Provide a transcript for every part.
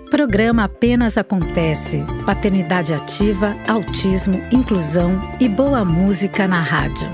Programa Apenas Acontece. Paternidade ativa, autismo, inclusão e boa música na rádio.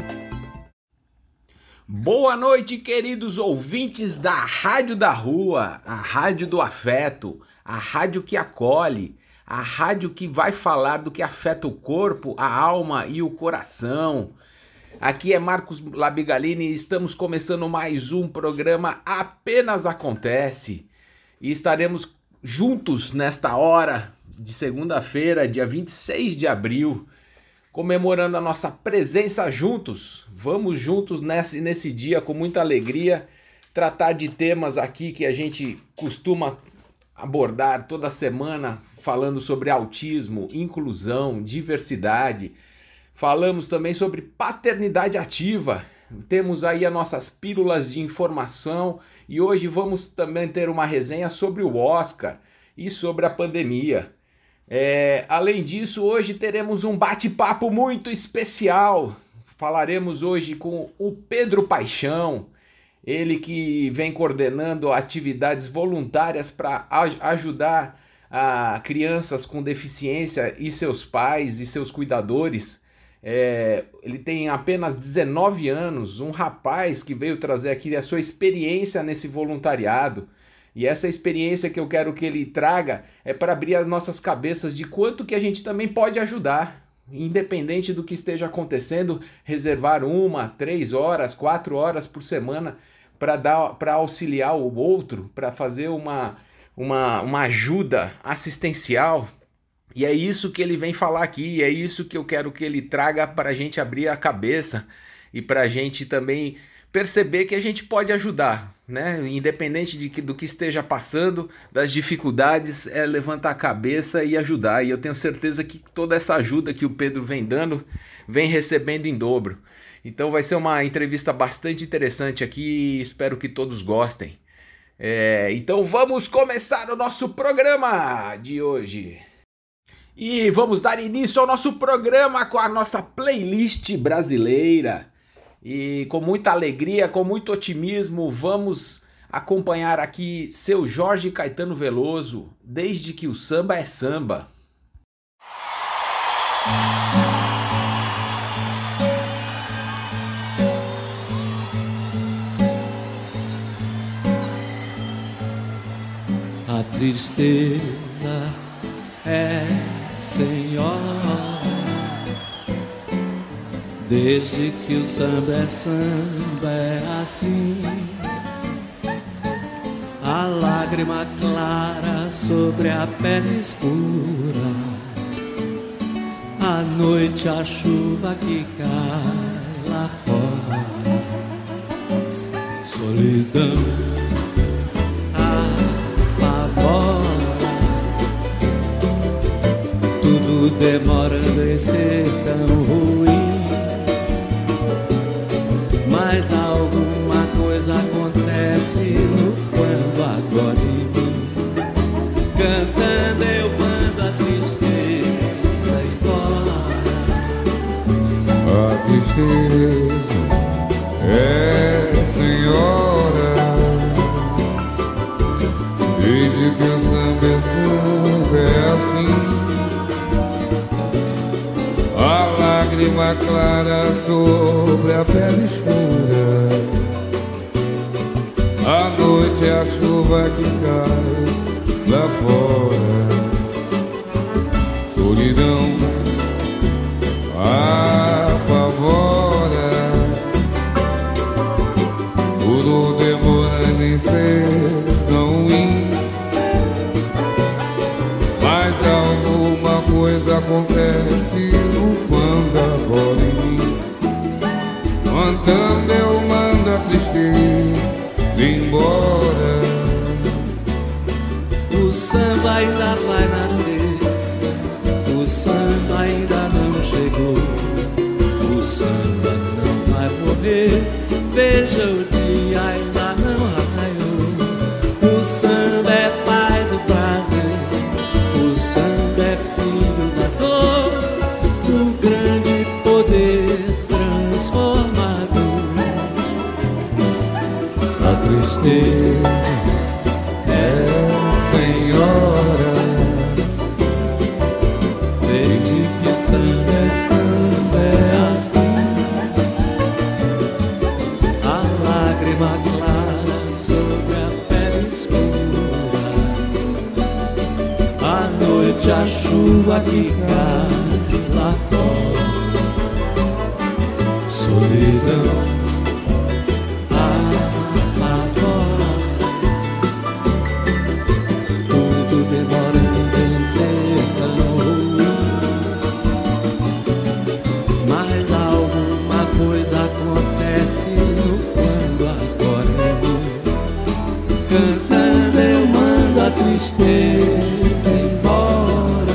Boa noite, queridos ouvintes da Rádio da Rua, a Rádio do Afeto, a rádio que acolhe, a rádio que vai falar do que afeta o corpo, a alma e o coração. Aqui é Marcos Labigalini e estamos começando mais um programa Apenas Acontece. E estaremos juntos nesta hora de segunda-feira, dia 26 de abril, comemorando a nossa presença juntos. Vamos juntos nesse dia com muita alegria tratar de temas aqui que a gente costuma abordar toda semana, falando sobre autismo, inclusão, diversidade. Falamos também sobre paternidade ativa. Temos aí as nossas pílulas de informação e hoje vamos também ter uma resenha sobre o Oscar e sobre a pandemia. Além disso, hoje teremos um bate-papo muito especial. Falaremos hoje com o Pedro Paixão, ele que vem coordenando atividades voluntárias para ajudar a crianças com deficiência e seus pais e seus cuidadores. Ele tem apenas 19 anos, um rapaz que veio trazer aqui a sua experiência nesse voluntariado. E essa experiência que eu quero que ele traga é para abrir as nossas cabeças de quanto que a gente também pode ajudar. Independente do que esteja acontecendo, reservar 1, 3 horas, 4 horas por semana para auxiliar o outro, para fazer uma ajuda assistencial. E é isso que ele vem falar aqui, e é isso que eu quero que ele traga para a gente abrir a cabeça e para a gente também perceber que a gente pode ajudar, né? Independente do que esteja passando, das dificuldades, é levantar a cabeça e ajudar. E eu tenho certeza que toda essa ajuda que o Pedro vem dando, vem recebendo em dobro. Então vai ser uma entrevista bastante interessante aqui e espero que todos gostem. Então vamos começar o nosso programa de hoje. E vamos dar início ao nosso programa com a nossa playlist brasileira. E com muita alegria, com muito otimismo, vamos acompanhar aqui seu Jorge Caetano Veloso, Desde que o Samba é Samba. A tristeza é senhora, desde que o samba é assim. A lágrima clara sobre a pele escura, à noite a chuva que cai lá fora. Solidão apavora, tudo demorando em ser tão ruim. Mas alguma coisa acontece no quando agora em mim. Cantando eu mando a tristeza embora. A tristeza é senhora, desde que o samba é assim. A lágrima clara sobre a pele escura, à noite é a chuva que cai lá fora. Solidão apavora, tudo demorando em ser tão ruim. Mas alguma coisa acontece quando agora em mim. Cantando eu mando a tristeza embora. O samba ainda vai nascer, o samba ainda não chegou, o samba não vai morrer, veja o dia ainda não raiou. O samba é pai do prazer, o samba é filho da dor, do grande poder transformador. A tristeza é senhora, noite a chuva que cai lá fora, solidão. Acontece quando agora eu vou cantando, eu mando a tristeza embora.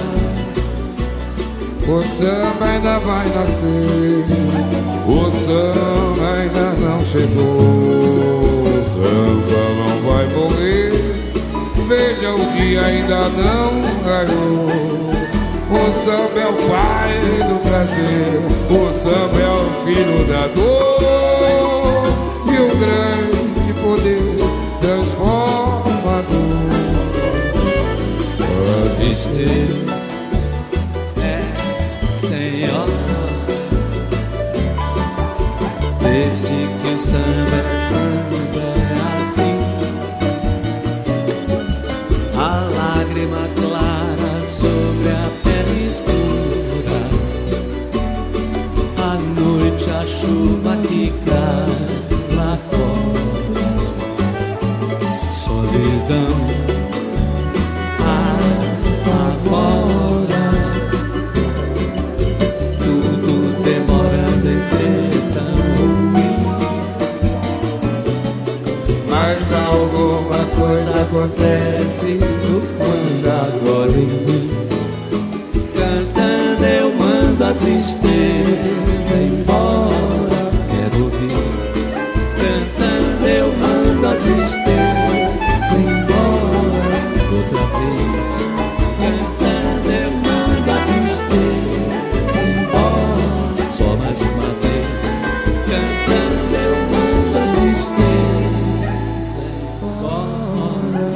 O samba ainda vai nascer, o samba ainda não chegou, o samba não vai morrer, veja o dia ainda não raiou. O samba é o pai do prazer, o samba é o filho da dor, e o grande poder transformador. Pode ser, Senhor, desde que o samba é assim, a lágrima clara sobre a a chuva que cai lá fora, solidão apavora, tudo demora a descer tão ruim, mas alguma coisa acontece quando agora em mim, cantando eu mando a tristeza embora. Quero ouvir cantando eu mando a tristeza embora. Outra vez cantando eu mando a tristeza embora. Só mais uma vez cantando eu mando a tristeza embora.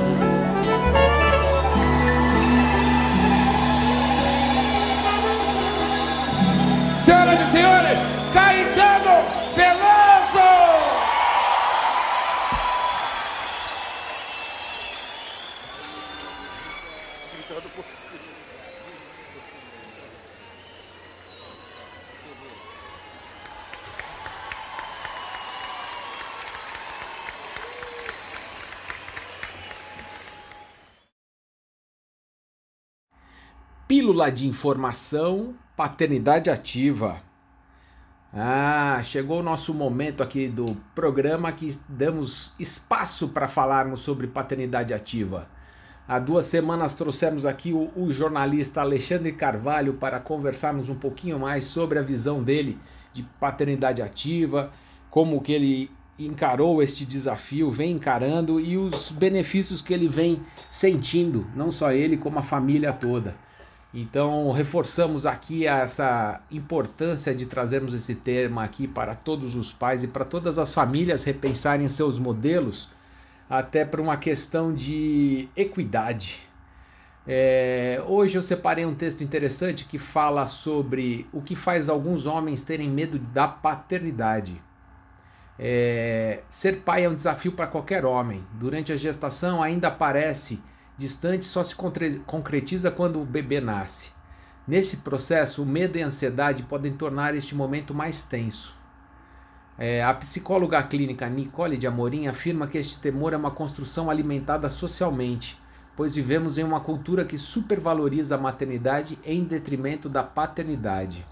Senhoras e senhores, Caetano Veloso! Pílula de informação, paternidade ativa. Chegou o nosso momento aqui do programa que damos espaço para falarmos sobre paternidade ativa. Há 2 semanas trouxemos aqui o jornalista Alexandre Carvalho para conversarmos um pouquinho mais sobre a visão dele de paternidade ativa, como que ele encarou este desafio, vem encarando e os benefícios que ele vem sentindo, não só ele, como a família toda. Então reforçamos aqui essa importância de trazermos esse tema aqui para todos os pais e para todas as famílias repensarem seus modelos, até para uma questão de equidade. Hoje eu separei um texto interessante que fala sobre o que faz alguns homens terem medo da paternidade. Ser pai é um desafio para qualquer homem. Durante a gestação ainda parece distante, só se concretiza quando o bebê nasce. Nesse processo, o medo e a ansiedade podem tornar este momento mais tenso. A psicóloga clínica Nicole de Amorim afirma que este temor é uma construção alimentada socialmente, pois vivemos em uma cultura que supervaloriza a maternidade em detrimento da paternidade.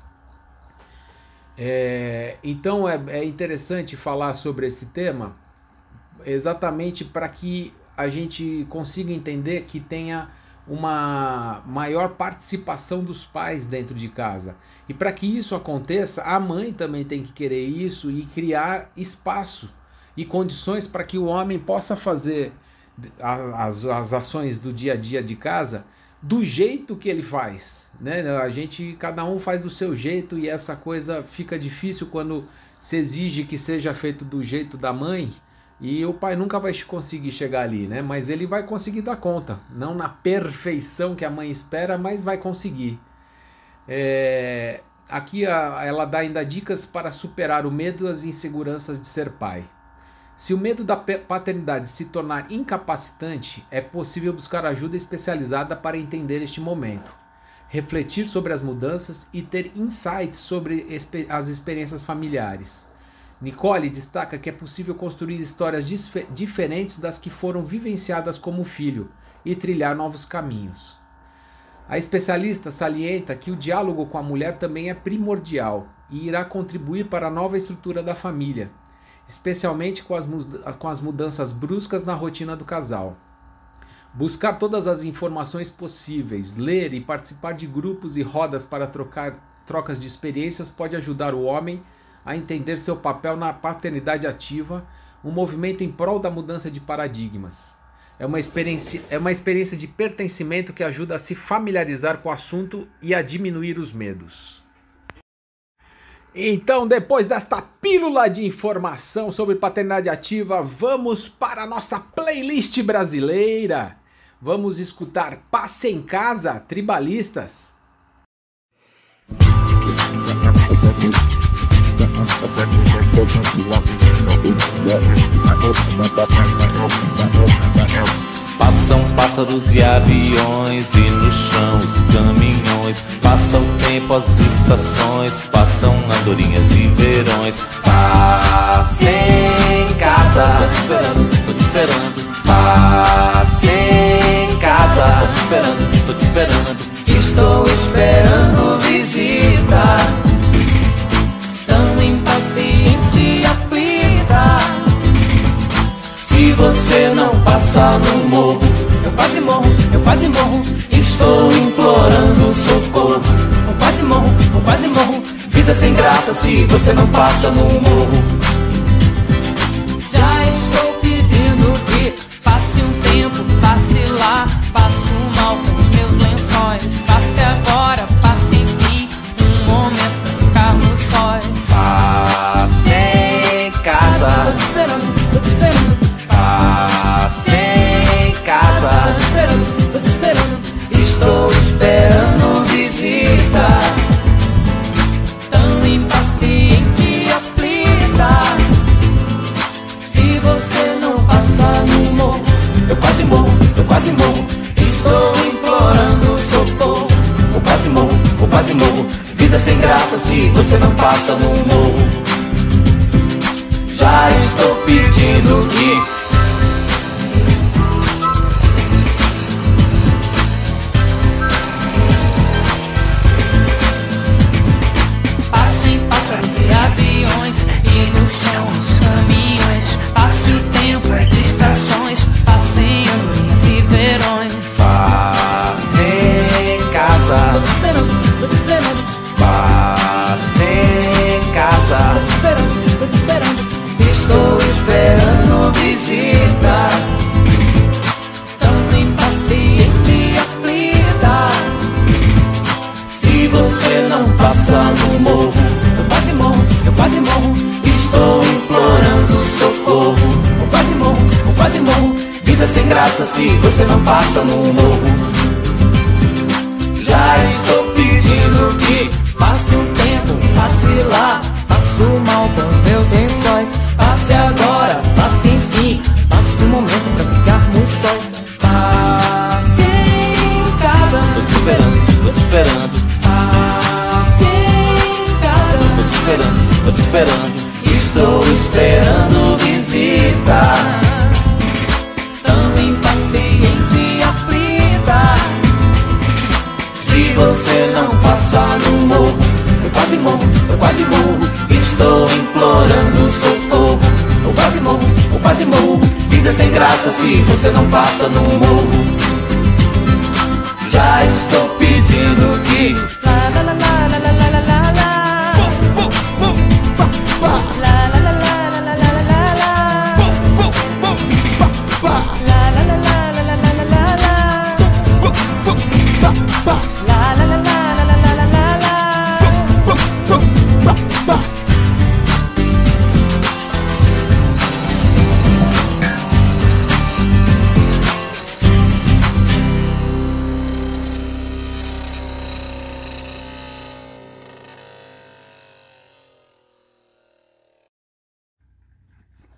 Então é interessante falar sobre esse tema exatamente para que a gente consiga entender que tenha uma maior participação dos pais dentro de casa. E para que isso aconteça, a mãe também tem que querer isso e criar espaço e condições para que o homem possa fazer as ações do dia a dia de casa do jeito que ele faz, né? Cada um faz do seu jeito e essa coisa fica difícil quando se exige que seja feito do jeito da mãe. E o pai nunca vai conseguir chegar ali, né? Mas ele vai conseguir dar conta. Não na perfeição que a mãe espera, mas vai conseguir. Aqui ela dá ainda dicas para superar o medo e as inseguranças de ser pai. Se o medo da paternidade se tornar incapacitante, é possível buscar ajuda especializada para entender este momento, refletir sobre as mudanças e ter insights sobre as experiências familiares. Nicole destaca que é possível construir histórias diferentes das que foram vivenciadas como filho e trilhar novos caminhos. A especialista salienta que o diálogo com a mulher também é primordial e irá contribuir para a nova estrutura da família, especialmente com as mudanças bruscas na rotina do casal. Buscar todas as informações possíveis, ler e participar de grupos e rodas para trocas de experiências pode ajudar o homem a entender seu papel na paternidade ativa, um movimento em prol da mudança de paradigmas. É uma experiência de pertencimento que ajuda a se familiarizar com o assunto e a diminuir os medos. Então, depois desta pílula de informação sobre paternidade ativa, vamos para a nossa playlist brasileira. Vamos escutar Passe em Casa, Tribalistas. Passam pássaros e aviões e no chão os caminhões. Passa o tempo, as estações, passam andorinhas e verões. Passe em casa, tô te esperando, tô te esperando. Passe em casa, tô te esperando, tô te esperando. Estou esperando visita, tão impaciente e aflita. Se você não passa no morro, eu quase morro, eu quase morro. Estou implorando socorro, eu quase morro, eu quase morro. Vida sem graça se você não passa no morro. Já estou pedindo que passe um tempo, passe lá. Passo mal com os meus lençóis. Passe agora, passe em mim, um momento pra ficar no sóis. Passe em casa, tô te esperando, tô te esperando. Passe em casa, tô te esperando, tô te esperando. Estou esperando visita, tão impaciente e aflita. Se você não passar no morro, eu quase morro, eu quase morro. Estou implorando socorro, eu quase morro, eu quase morro. Vida sem graça se você não passa no morro. Já estou pedindo que aviões e no chão os caminhões. Passe o tempo, as estações, passem andorinhas e verões. Passe em casa, tô te esperando, tô te esperando. Passe em casa, tô te esperando, tô te esperando. Estou esperando visita, tão impaciente e aflita. Se você não passa no morro, eu quase morro, estou implorando socorro. Eu quase morro, vida sem graça se você não passa no morro. Já estou pedindo que passe um tempo, passe lá. Passo mal com os meus lençóis. Passe agora, passe enfim, passe um momento pra ficarmos sós. Passe em casa, tô te esperando, tô te esperando. Tô te esperando, estou esperando visita, tão impaciente e aflita. Se você não passar no morro, eu quase morro, eu quase morro. Estou implorando socorro, eu quase morro, eu quase morro. Vida sem graça se você não passa no morro. Já estou pedindo que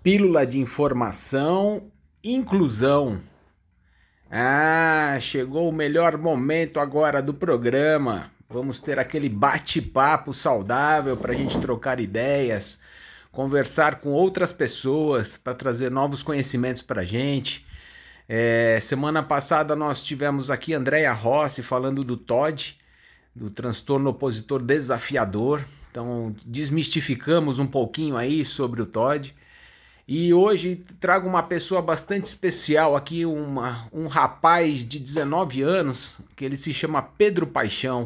Pílula de informação, inclusão. Ah, chegou o melhor momento agora do programa. Vamos ter aquele bate-papo saudável para a gente trocar ideias, conversar com outras pessoas para trazer novos conhecimentos para a gente. Semana passada nós tivemos aqui Andréia Rossi falando do TOD, do transtorno opositor desafiador. Então desmistificamos um pouquinho aí sobre o TOD. E hoje trago uma pessoa bastante especial aqui, um rapaz de 19 anos, que ele se chama Pedro Paixão.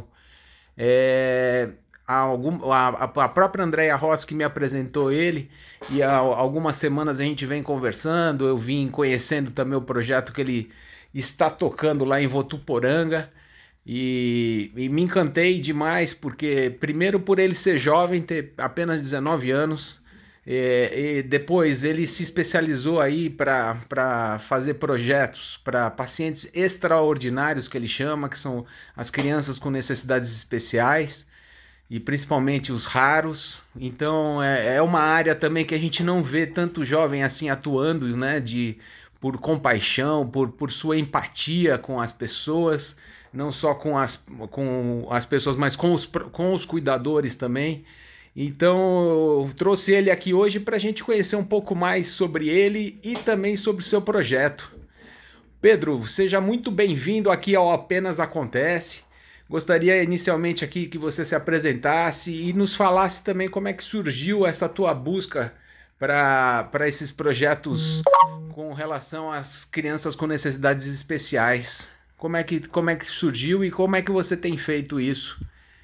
A própria Andréia Rossi que me apresentou ele, e há algumas semanas a gente vem conversando, eu vim conhecendo também o projeto que ele está tocando lá em Votuporanga, e me encantei demais, porque primeiro por ele ser jovem, ter apenas 19 anos, e depois ele se especializou aí para fazer projetos para pacientes extraordinários, que ele chama, que são as crianças com necessidades especiais e principalmente os raros. Então é uma área também que a gente não vê tanto jovem assim atuando, né, por compaixão, por sua empatia com as pessoas, não só com as pessoas, mas com os cuidadores também. Então eu trouxe ele aqui hoje para a gente conhecer um pouco mais sobre ele e também sobre o seu projeto. Pedro, seja muito bem-vindo aqui ao Apenas Acontece. Gostaria inicialmente aqui que você se apresentasse e nos falasse também como é que surgiu essa tua busca para esses projetos com relação às crianças com necessidades especiais. Como é que surgiu e como é que você tem feito isso?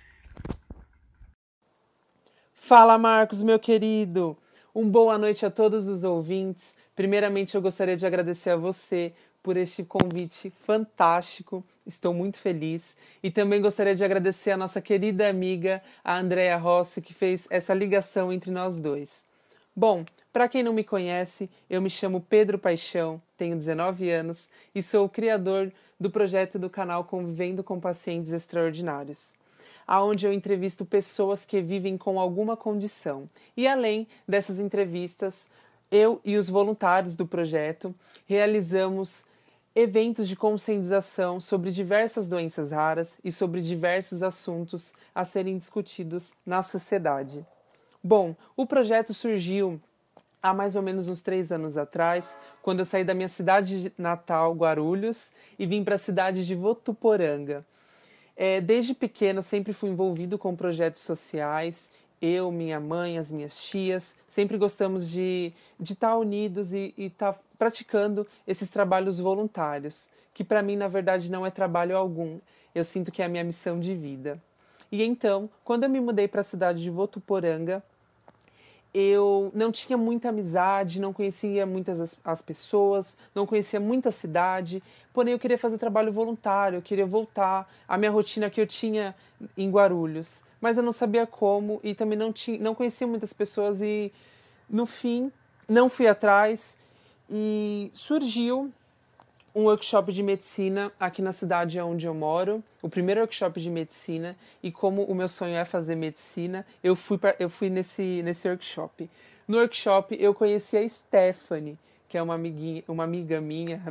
Fala, Marcos, meu querido! Boa noite a todos os ouvintes. Primeiramente, eu gostaria de agradecer a você por este convite fantástico. Estou muito feliz. E também gostaria de agradecer a nossa querida amiga, a Andréia Rossi, que fez essa ligação entre nós dois. Bom, para quem não me conhece, eu me chamo Pedro Paixão, tenho 19 anos e sou o criador do projeto do canal Convivendo com Pacientes Extraordinários, onde eu entrevisto pessoas que vivem com alguma condição. E além dessas entrevistas, eu e os voluntários do projeto realizamos eventos de conscientização sobre diversas doenças raras e sobre diversos assuntos a serem discutidos na sociedade. Bom, o projeto surgiu há mais ou menos uns 3 anos atrás, quando eu saí da minha cidade natal, Guarulhos, e vim para a cidade de Votuporanga. Desde pequeno sempre fui envolvido com projetos sociais. Eu, minha mãe, as minhas tias, sempre gostamos de estar unidos e estar praticando esses trabalhos voluntários, que para mim, na verdade, não é trabalho algum. Eu sinto que é a minha missão de vida. E então, quando eu me mudei para a cidade de Votuporanga, eu não tinha muita amizade, não conhecia muitas as pessoas, não conhecia muita cidade, porém eu queria fazer trabalho voluntário, eu queria voltar à minha rotina que eu tinha em Guarulhos, mas eu não sabia como e também não conhecia muitas pessoas e, no fim, não fui atrás e surgiu um workshop de medicina aqui na cidade onde eu moro, o primeiro workshop de medicina, e como o meu sonho é fazer medicina, eu fui nesse workshop. No workshop eu conheci a Stephanie, que é uma amiga minha,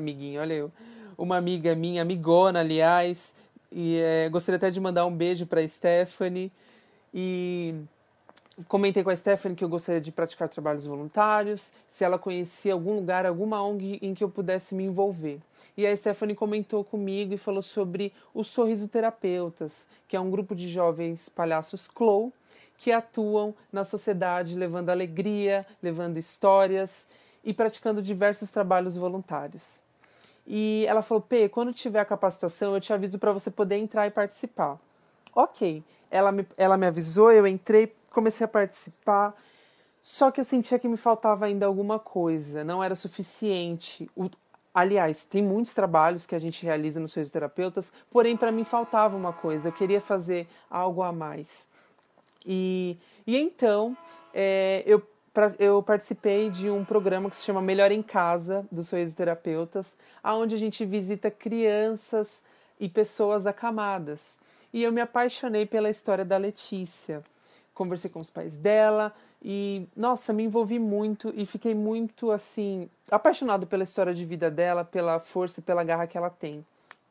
amigona, aliás, e gostaria até de mandar um beijo para a Stephanie, e comentei com a Stephanie que eu gostaria de praticar trabalhos voluntários, se ela conhecia algum lugar, alguma ONG em que eu pudesse me envolver. E a Stephanie comentou comigo e falou sobre os Sorrisoterapeutas, que é um grupo de jovens palhaços clown que atuam na sociedade levando alegria, levando histórias e praticando diversos trabalhos voluntários. E ela falou, quando tiver a capacitação, eu te aviso para você poder entrar e participar. Ok, ela me avisou, eu entrei, comecei a participar, só que eu sentia que me faltava ainda alguma coisa, não era suficiente. Aliás, tem muitos trabalhos que a gente realiza nos fisioterapeutas, porém para mim faltava uma coisa, eu queria fazer algo a mais. E então eu participei de um programa que se chama Melhor em Casa, dos fisioterapeutas, onde a gente visita crianças e pessoas acamadas. E eu me apaixonei pela história da Letícia. Conversei com os pais dela, E, nossa, me envolvi muito e fiquei muito, assim, apaixonado pela história de vida dela, pela força e pela garra que ela tem.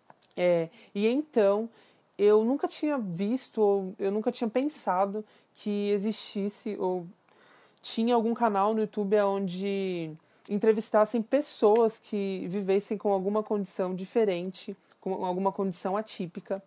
E então, eu nunca tinha visto, ou eu nunca tinha pensado que existisse, ou tinha algum canal no YouTube onde entrevistassem pessoas que vivessem com alguma condição diferente, com alguma condição atípica.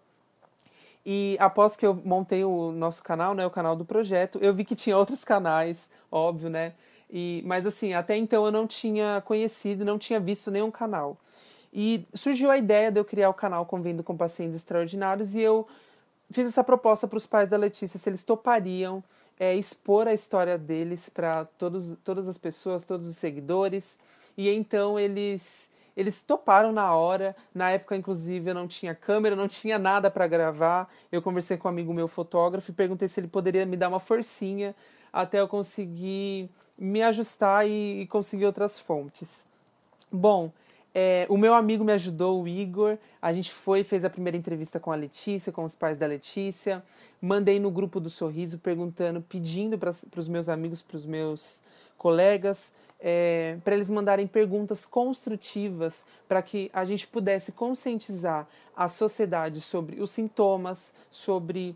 E após que eu montei o nosso canal, né, o canal do projeto, eu vi que tinha outros canais, óbvio, né? Mas assim, até então eu não tinha conhecido, não tinha visto nenhum canal. E surgiu a ideia de eu criar o canal Convivendo com Pacientes Extraordinários e eu fiz essa proposta para os pais da Letícia, se eles topariam expor a história deles para todas as pessoas, todos os seguidores. E então eles toparam na hora. Na época, inclusive, eu não tinha câmera, não tinha nada para gravar. Eu conversei com um amigo meu, fotógrafo, e perguntei se ele poderia me dar uma forcinha até eu conseguir me ajustar e conseguir outras fontes. Bom, o meu amigo me ajudou, o Igor. A gente fez a primeira entrevista com a Letícia, com os pais da Letícia. Mandei no grupo do Sorriso pedindo para os meus amigos, para os meus colegas, para eles mandarem perguntas construtivas para que a gente pudesse conscientizar a sociedade sobre os sintomas, sobre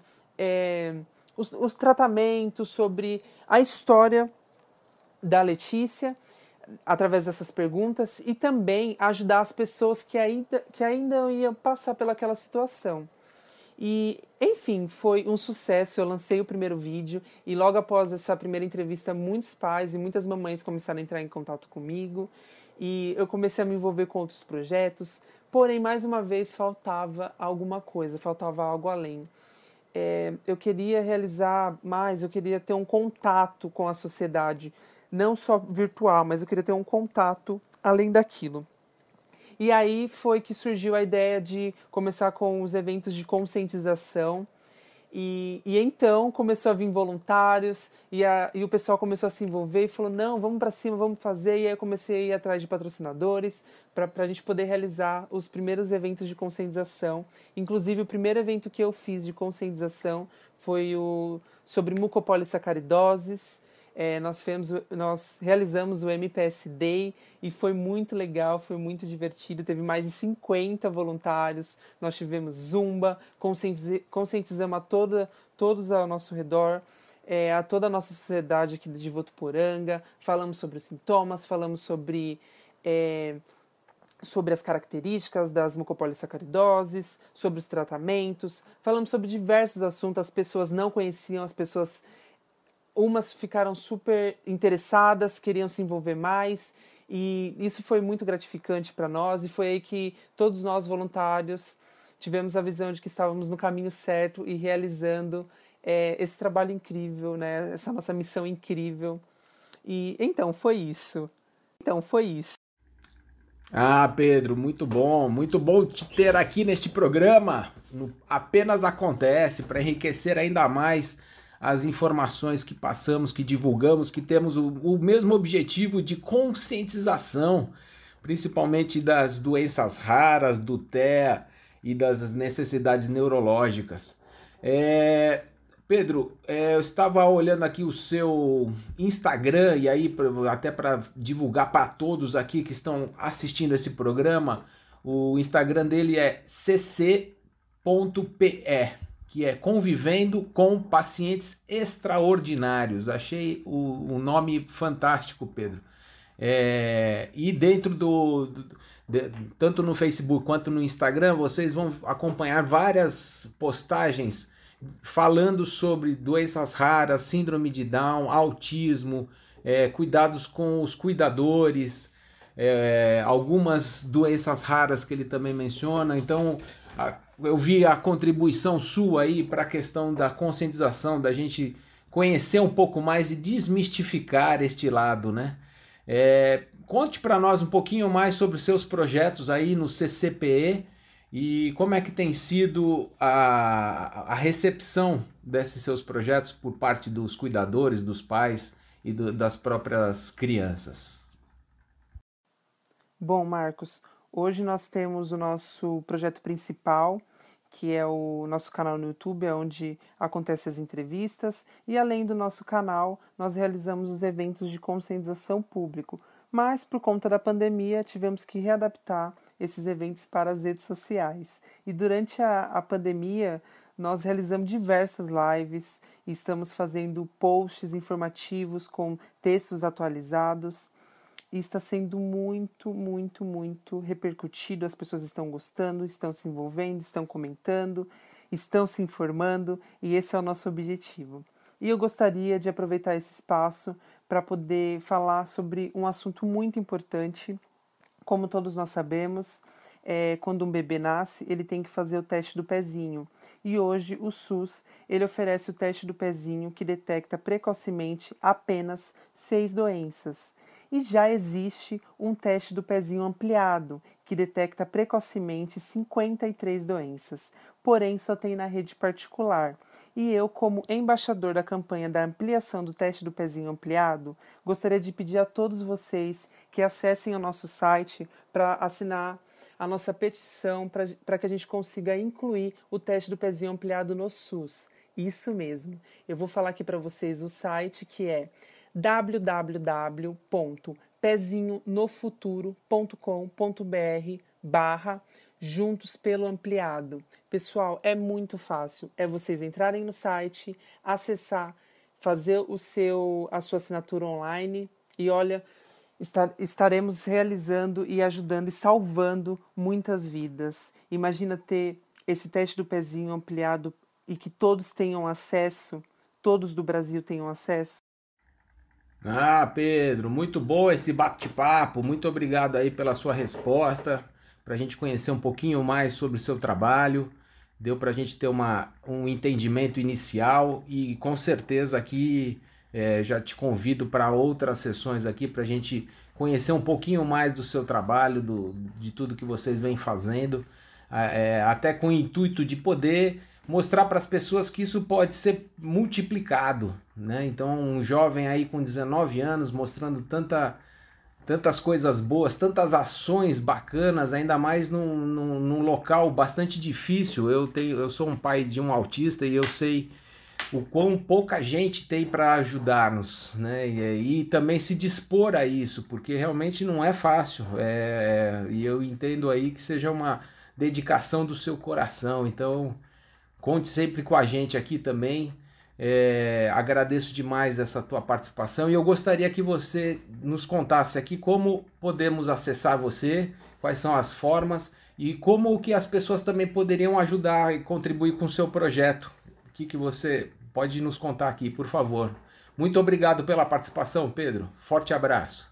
os tratamentos, sobre a história da Letícia, através dessas perguntas, e também ajudar as pessoas que ainda iam passar pelaquela situação. E, enfim, foi um sucesso. Eu lancei o primeiro vídeo e logo após essa primeira entrevista, muitos pais e muitas mamães começaram a entrar em contato comigo e eu comecei a me envolver com outros projetos, porém, mais uma vez, faltava alguma coisa, faltava algo além. Eu queria realizar mais, eu queria ter um contato com a sociedade, não só virtual, mas eu queria ter um contato além daquilo. E aí foi que surgiu a ideia de começar com os eventos de conscientização. E então começou a vir voluntários e o pessoal começou a se envolver e falou, não, vamos para cima, vamos fazer. E aí eu comecei a ir atrás de patrocinadores para a gente poder realizar os primeiros eventos de conscientização. Inclusive, o primeiro evento que eu fiz de conscientização foi sobre mucopolissacaridoses. Nós realizamos o MPS Day e foi muito legal, foi muito divertido. Teve mais de 50 voluntários, nós tivemos zumba, conscientizamos todos ao nosso redor, a toda a nossa sociedade aqui de Votuporanga. Falamos sobre os sintomas, falamos sobre as características das mucopolissacaridoses, sobre os tratamentos, falamos sobre diversos assuntos. As pessoas não conheciam, umas ficaram super interessadas, queriam se envolver mais, e isso foi muito gratificante para nós, e foi aí que todos nós voluntários tivemos a visão de que estávamos no caminho certo e realizando esse trabalho incrível, né? Essa nossa missão incrível. E então foi isso. Ah, Pedro, muito bom te ter aqui neste programa. Apenas Acontece, para enriquecer ainda mais as informações que passamos, que divulgamos, que temos o mesmo objetivo de conscientização, principalmente das doenças raras, do TEA e das necessidades neurológicas. Pedro, eu estava olhando aqui o seu Instagram, e aí até para divulgar para todos aqui que estão assistindo esse programa, o Instagram dele é cc.pe, que é Convivendo com Pacientes Extraordinários. Achei o nome fantástico, Pedro. E dentro tanto no Facebook quanto no Instagram, vocês vão acompanhar várias postagens falando sobre doenças raras, síndrome de Down, autismo, cuidados com os cuidadores, algumas doenças raras que ele também menciona. Então, eu vi a contribuição sua aí para a questão da conscientização, da gente conhecer um pouco mais e desmistificar este lado, né? Conte para nós um pouquinho mais sobre os seus projetos aí no CCPE e como é que tem sido a recepção desses seus projetos por parte dos cuidadores, dos pais e das próprias crianças. Bom, Marcos, hoje nós temos o nosso projeto principal, que é o nosso canal no YouTube, é onde acontecem as entrevistas, e além do nosso canal, nós realizamos os eventos de conscientização público, mas por conta da pandemia tivemos que readaptar esses eventos para as redes sociais. E durante a pandemia, nós realizamos diversas lives, e estamos fazendo posts informativos com textos atualizados, e está sendo muito, muito, muito repercutido. As pessoas estão gostando, estão se envolvendo, estão comentando, estão se informando, e esse é o nosso objetivo. E eu gostaria de aproveitar esse espaço para poder falar sobre um assunto muito importante. Como todos nós sabemos, quando um bebê nasce, ele tem que fazer o teste do pezinho. E hoje o SUS ele oferece o teste do pezinho que detecta precocemente apenas 6 doenças. E já existe um teste do pezinho ampliado, que detecta precocemente 53 doenças, porém só tem na rede particular. E eu, como embaixador da campanha da ampliação do teste do pezinho ampliado, gostaria de pedir a todos vocês que acessem o nosso site para assinar a nossa petição para que a gente consiga incluir o teste do pezinho ampliado no SUS. Isso mesmo. Eu vou falar aqui para vocês o site, que é www.pezinhonofuturo.com.br/Juntos pelo Ampliado. Pessoal, é muito fácil. É vocês entrarem no site, acessar, fazer a sua assinatura online e olha, estaremos realizando e ajudando e salvando muitas vidas. Imagina ter esse teste do pezinho ampliado e que todos tenham acesso, todos do Brasil tenham acesso. Ah, Pedro, muito bom esse bate-papo. Muito obrigado aí pela sua resposta, para a gente conhecer um pouquinho mais sobre o seu trabalho. Deu para a gente ter um entendimento inicial e com certeza aqui já te convido para outras sessões aqui para a gente conhecer um pouquinho mais do seu trabalho, de tudo que vocês vêm fazendo, até com o intuito de poder mostrar para as pessoas que isso pode ser multiplicado, né? Então, um jovem aí com 19 anos mostrando tantas coisas boas, tantas ações bacanas, ainda mais num local bastante difícil. Eu sou um pai de um autista e eu sei o quão pouca gente tem para ajudar-nos, né? E também se dispor a isso, porque realmente não é fácil. E eu entendo aí que seja uma dedicação do seu coração. Então, conte sempre com a gente aqui também. Agradeço demais essa tua participação e eu gostaria que você nos contasse aqui como podemos acessar você, quais são as formas e como que as pessoas também poderiam ajudar e contribuir com o seu projeto. O que você pode nos contar aqui, por favor? Muito obrigado pela participação, Pedro. Forte abraço.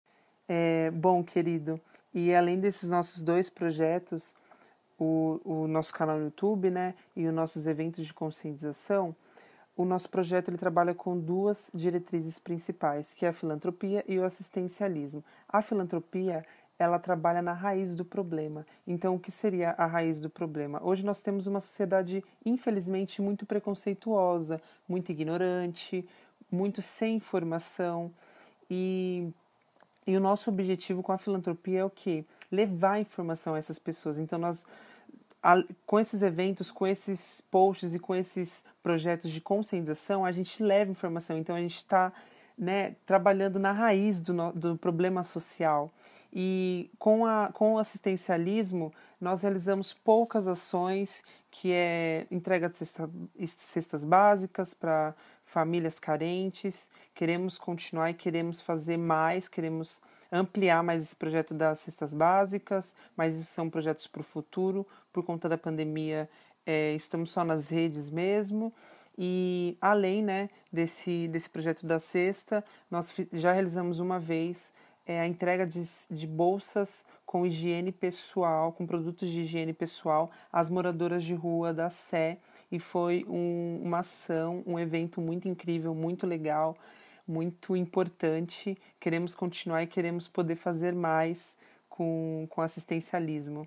Bom, querido, e além desses nossos 2 projetos, o nosso canal no YouTube, né, e os nossos eventos de conscientização, o nosso projeto ele trabalha com 2 diretrizes principais, que é a filantropia e o assistencialismo. A filantropia, ela trabalha na raiz do problema. Então, o que seria a raiz do problema? Hoje nós temos uma sociedade, infelizmente, muito preconceituosa, muito ignorante, muito sem informação. E o nosso objetivo com a filantropia é o quê? Levar informação a essas pessoas. Então, nós, com esses eventos, com esses posts e com esses projetos de conscientização, a gente leva informação. Então, a gente está, né, trabalhando na raiz do problema social. E com o assistencialismo, nós realizamos poucas ações, que é entrega de cestas básicas para famílias carentes. Queremos continuar e queremos fazer mais, queremos ampliar mais esse projeto das cestas básicas, mas isso são projetos para o futuro. Por conta da pandemia, estamos só nas redes mesmo. E além, né, desse projeto da cesta, nós já realizamos uma vez a entrega de bolsas com higiene pessoal, com produtos de higiene pessoal às moradoras de rua da Sé, e foi uma ação, um evento muito incrível, muito legal, muito importante. Queremos continuar e queremos poder fazer mais com assistencialismo.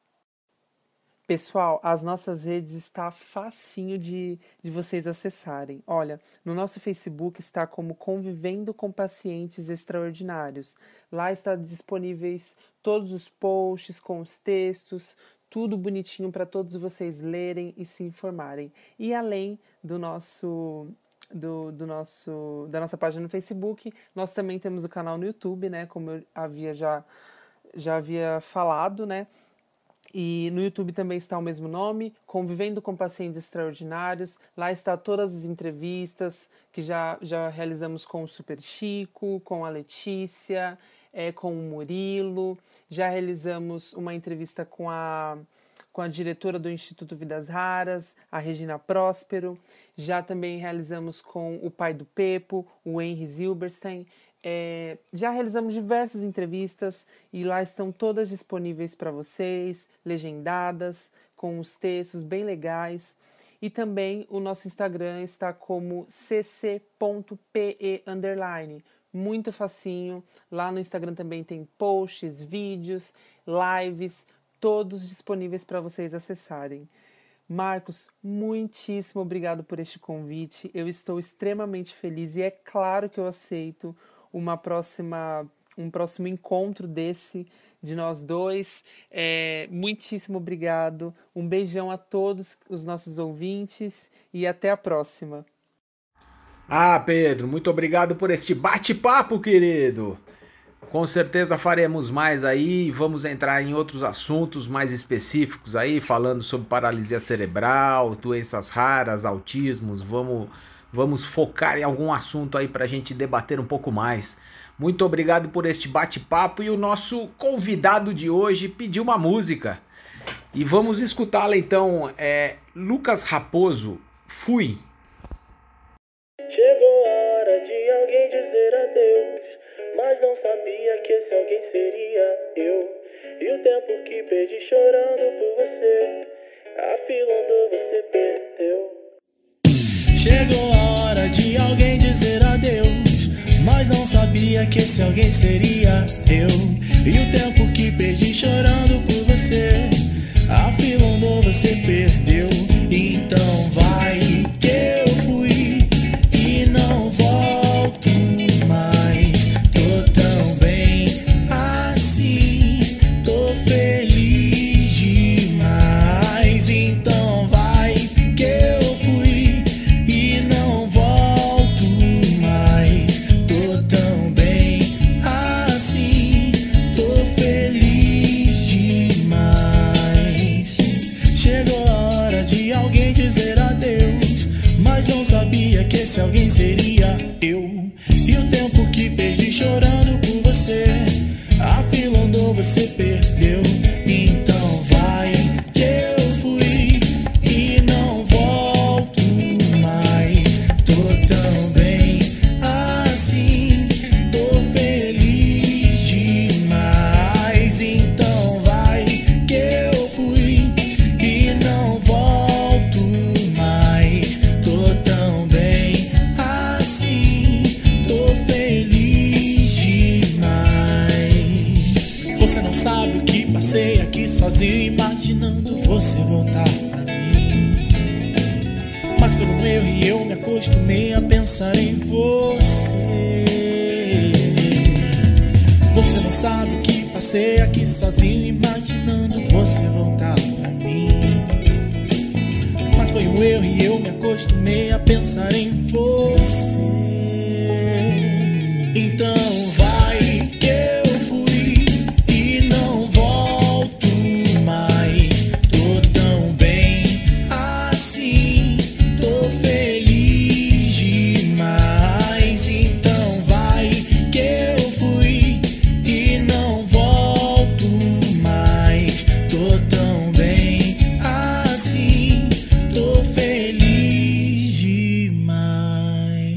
Pessoal, as nossas redes está facinho de vocês acessarem. Olha, no nosso Facebook está como Convivendo com Pacientes Extraordinários. Lá está disponíveis todos os posts com os textos, tudo bonitinho para todos vocês lerem e se informarem. E além da nossa página no Facebook, nós também temos o canal no YouTube, né? Como eu já havia falado, né? E no YouTube também está o mesmo nome, Convivendo com Pacientes Extraordinários. Lá está todas as entrevistas que já realizamos com o Super Chico, com a Letícia, com o Murilo. Já realizamos uma entrevista com a diretora do Instituto Vidas Raras, a Regina Próspero. Já também realizamos com o pai do Pepo, o Henry Zilberstein. Já realizamos diversas entrevistas e lá estão todas disponíveis para vocês, legendadas, com os textos bem legais. E também o nosso Instagram está como cc.pe_. Muito facinho. Lá no Instagram também tem posts, vídeos, lives, todos disponíveis para vocês acessarem. Marcos, muitíssimo obrigado por este convite. Eu estou extremamente feliz e é claro que eu aceito um próximo encontro de nós dois. Muitíssimo obrigado. Um beijão a todos os nossos ouvintes e até a próxima. Pedro, muito obrigado por este bate-papo, querido. Com certeza faremos mais aí, vamos entrar em outros assuntos mais específicos aí, falando sobre paralisia cerebral, doenças raras, autismos, vamos focar em algum assunto aí pra gente debater um pouco mais. Muito obrigado por este bate-papo e o nosso convidado de hoje pediu uma música. E vamos escutá-la então, Lucas Raposo, Fui. Chegou a hora de alguém dizer adeus, mas não sabia que esse alguém seria eu. E o tempo que perdi chorando por você, a fila onde você perdeu. Chegou a hora de alguém dizer adeus, mas não sabia que esse alguém seria eu. E o tempo que perdi chorando por você, a fila onde você perdeu. Então vai que eu fui e não volto mais. Tô tão bem assim, tô feliz demais. Então vai que eu fui e não volto mais. Tô tão bem assim, tô feliz demais. Chegou a hora de alguém dizer adeus, mas não sabia que esse alguém seria eu. E o tempo que perdi chorando por você, a fila andou, você perdeu. Então vai que eu fui e não volto mais. Tô tão bem assim, tô feliz demais. Então vai que eu fui e não volto mais. Tô tão bem assim, tô feliz demais. Você não sabe o que passei aqui sozinho, imaginando você voltar pra mim. Mas foi um erro e eu me acostumei a pensar em você. Você não sabe o que passei aqui sozinho, imaginando você voltar pra mim. Mas foi um erro e eu me acostumei a pensar em você. Então vai que eu fui e não volto mais. Tô tão bem assim, tô feliz demais. Então vai que eu fui e não volto mais. Tô tão bem assim, tô feliz demais.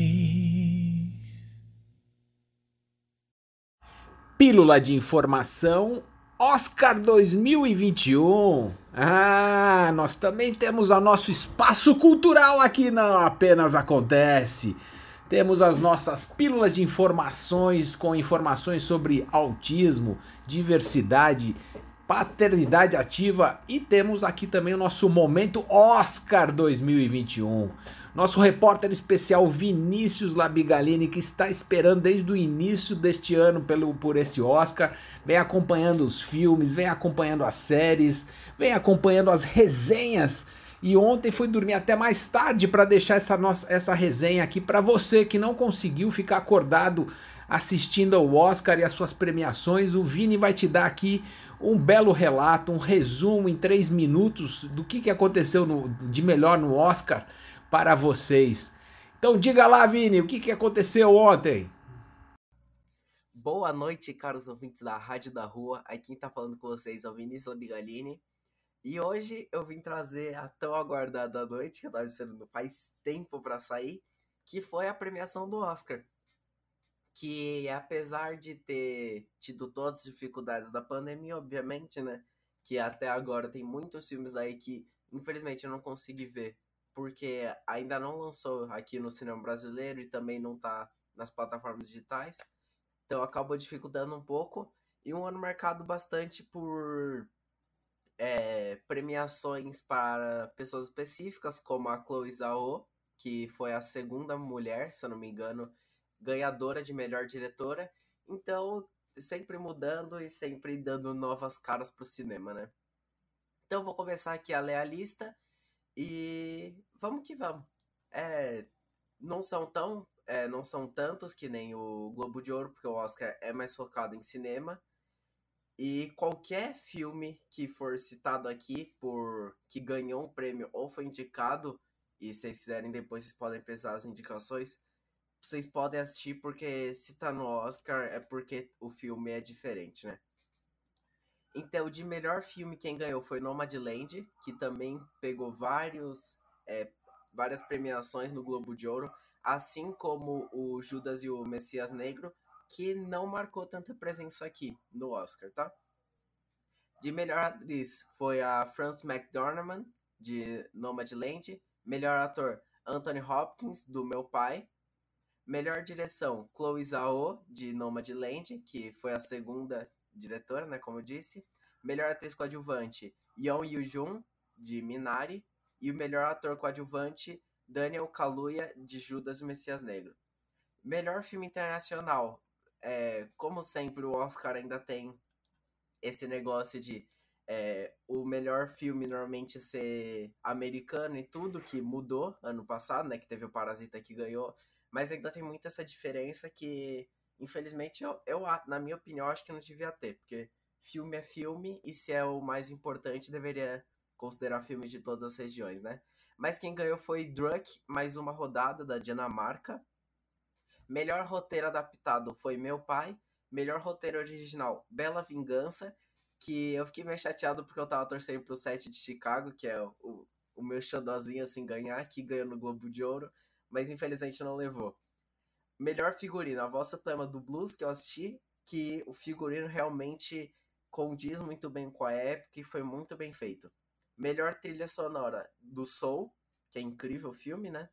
Pílula de informação, Oscar 2021. Nós também temos o nosso espaço cultural aqui Não Apenas Acontece. Temos as nossas pílulas de informações com informações sobre autismo, diversidade, Paternidade Ativa e temos aqui também o nosso momento Oscar 2021. Nosso repórter especial Vinícius Labigalini, que está esperando desde o início deste ano por esse Oscar, vem acompanhando os filmes, vem acompanhando as séries, vem acompanhando as resenhas. E ontem fui dormir até mais tarde para deixar essa resenha aqui para você que não conseguiu ficar acordado assistindo ao Oscar e as suas premiações. O Vini vai te dar aqui um belo relato, um resumo em 3 minutos do que aconteceu de melhor no Oscar para vocês. Então diga lá, Vini, o que aconteceu ontem? Boa noite, caros ouvintes da Rádio da Rua. Aqui quem tá falando com vocês é o Vinícius Labigalini. E hoje eu vim trazer a tão aguardada noite, que eu tava esperando faz tempo pra sair, que foi a premiação do Oscar. Que apesar de ter tido todas as dificuldades da pandemia, obviamente, né? Que até agora tem muitos filmes aí que, infelizmente, eu não consegui ver, porque ainda não lançou aqui no cinema brasileiro e também não tá nas plataformas digitais. Então acabou dificultando um pouco. E um ano marcado bastante por premiações para pessoas específicas, como a Chloe Zhao, que foi a segunda mulher, se eu não me engano, ganhadora de melhor diretora. Então, sempre mudando e sempre dando novas caras pro cinema, né? Então, vou começar aqui a ler a lista e vamos que vamos. Não são tantos que nem o Globo de Ouro, porque o Oscar é mais focado em cinema. E qualquer filme que for citado aqui que ganhou um prêmio ou foi indicado, e se vocês quiserem depois vocês podem pesar as indicações, vocês podem assistir, porque se tá no Oscar é porque o filme é diferente, né? Então, de melhor filme, quem ganhou foi Nomadland, que também pegou várias premiações no Globo de Ouro, assim como o Judas e o Messias Negro, que não marcou tanta presença aqui no Oscar, tá? De melhor atriz foi a Frances McDormand, de Nomadland. Melhor ator, Anthony Hopkins, do Meu Pai. Melhor direção, Chloe Zhao, de Nomadland, que foi a segunda diretora, né, como eu disse. Melhor atriz coadjuvante, Yeon Yoo-jung, de Minari. E o melhor ator coadjuvante, Daniel Kaluuya, de Judas e o Messias Negro. Melhor filme internacional, como sempre, o Oscar ainda tem esse negócio de o melhor filme normalmente ser americano e tudo, que mudou ano passado, né, que teve o Parasita que ganhou, mas ainda tem muita essa diferença que, infelizmente, eu na minha opinião, acho que não devia ter, porque filme é filme e se é o mais importante, deveria considerar filme de todas as regiões, né? Mas quem ganhou foi Druk, mais uma rodada da Dinamarca. Melhor roteiro adaptado foi Meu Pai. Melhor roteiro original, Bela Vingança, que eu fiquei meio chateado porque eu tava torcendo pro 7 de Chicago, que é o meu xodózinho assim ganhar, que ganhou no Globo de Ouro, mas infelizmente não levou. Melhor figurino, A Voz Suprema do Blues, que eu assisti, que o figurino realmente condiz muito bem com a época e foi muito bem feito. Melhor trilha sonora do Soul, que é incrível o filme, né?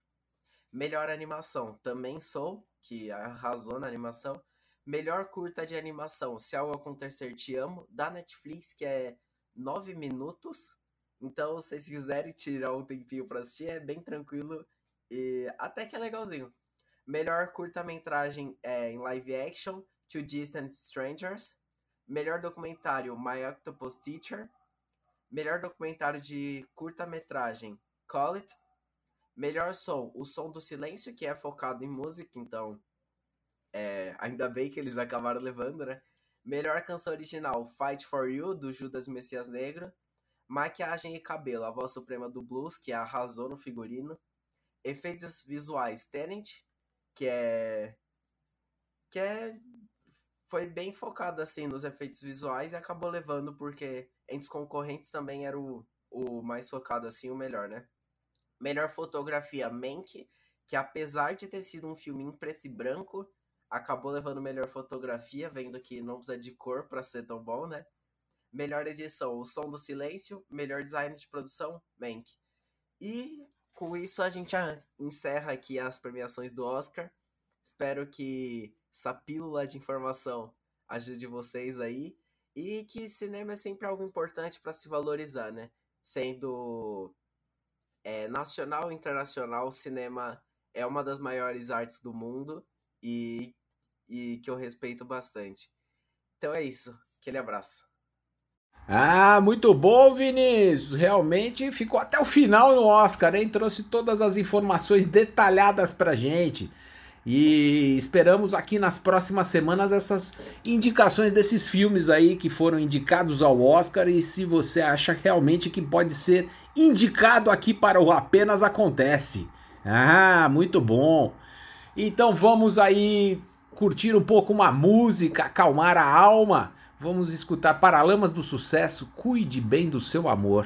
Melhor animação, também Soul, que arrasou na animação. Melhor curta de animação, Se Algo Acontecer Te Amo, da Netflix, que é 9 minutos. Então, se vocês quiserem tirar um tempinho pra assistir, é bem tranquilo e até que é legalzinho. Melhor curta-metragem em live action, Two Distant Strangers. Melhor documentário, My Octopus Teacher. Melhor documentário de curta-metragem, Call It. Melhor som, O Som do Silêncio, que é focado em música, então ainda bem que eles acabaram levando, né? Melhor canção original, Fight For You, do Judas Messias Negro. Maquiagem e cabelo, A Voz Suprema do Blues, que arrasou no figurino. Efeitos visuais, Tenet, foi bem focado assim nos efeitos visuais e acabou levando porque entre os concorrentes também era o mais focado assim, o melhor, né? Melhor fotografia, Mank, que apesar de ter sido um filme em preto e branco, acabou levando melhor fotografia, vendo que não precisa de cor pra ser tão bom, né? Melhor edição, O Som do Silêncio. Melhor design de produção, Mank. E com isso a gente encerra aqui as premiações do Oscar. Espero que essa pílula de informação ajude vocês aí. E que cinema é sempre algo importante para se valorizar, né? Sendo nacional e internacional, o cinema é uma das maiores artes do mundo e que eu respeito bastante. Então é isso. Aquele abraço. Ah, muito bom, Vinícius. Realmente ficou até o final no Oscar, hein? Trouxe todas as informações detalhadas pra gente. E esperamos aqui nas próximas semanas essas indicações desses filmes aí que foram indicados ao Oscar e se você acha realmente que pode ser indicado aqui para o Apenas Acontece. Ah, muito bom. Então vamos aí curtir um pouco uma música, acalmar a alma. Vamos escutar Paralamas do Sucesso, Cuide Bem do Seu Amor.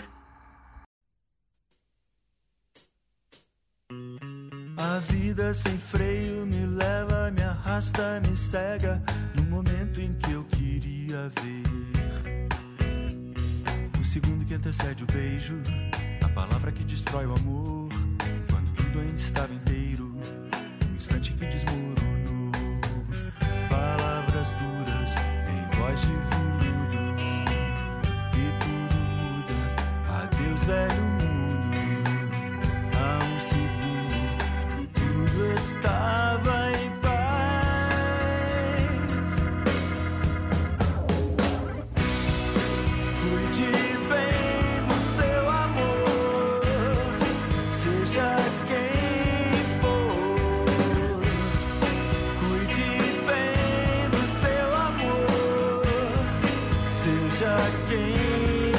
A vida sem freio me leva, me arrasta, me cega no momento em que eu queria ver. O segundo que antecede o beijo, a palavra que destrói o amor, quando tudo ainda estava inteiro, o instante que desmoronou. Palavras duras em voz de veludo, e tudo muda, adeus velho mundo. Há um segundo tudo estava em paz. Cuide bem do seu amor, seja quem for. Cuide bem do seu amor, seja quem for.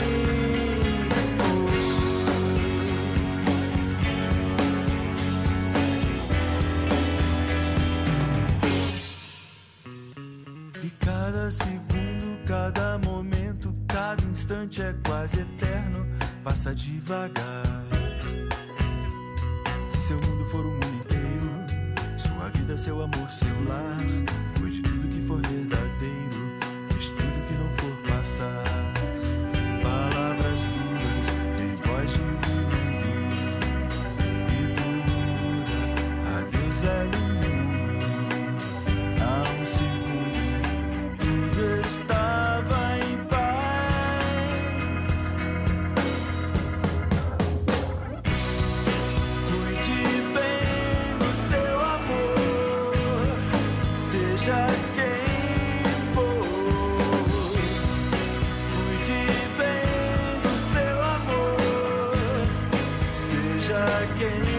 E cada segundo, cada momento, cada instante é quase eterno, passa devagar. Se seu mundo for o mundo inteiro, sua vida, seu amor, seu lar, cuide de tudo que for verdadeiro, deixe tudo que não for passar. Palavras duras em voz de veludo, e tudo muda, adeus velho mundo. Há um segundo tudo estava em paz. Cuide bem do seu amor, seja quem for. Cuide bem do seu amor, seja quem for.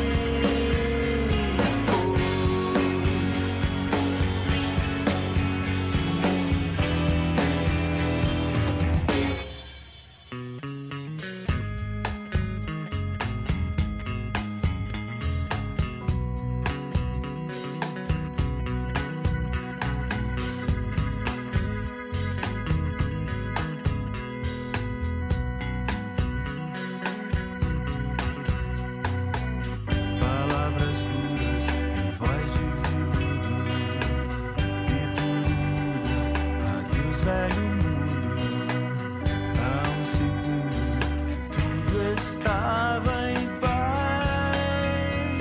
Palavras duras em voz de veludo, e tudo muda, adeus velho mundo. Há um segundo tudo estava em paz.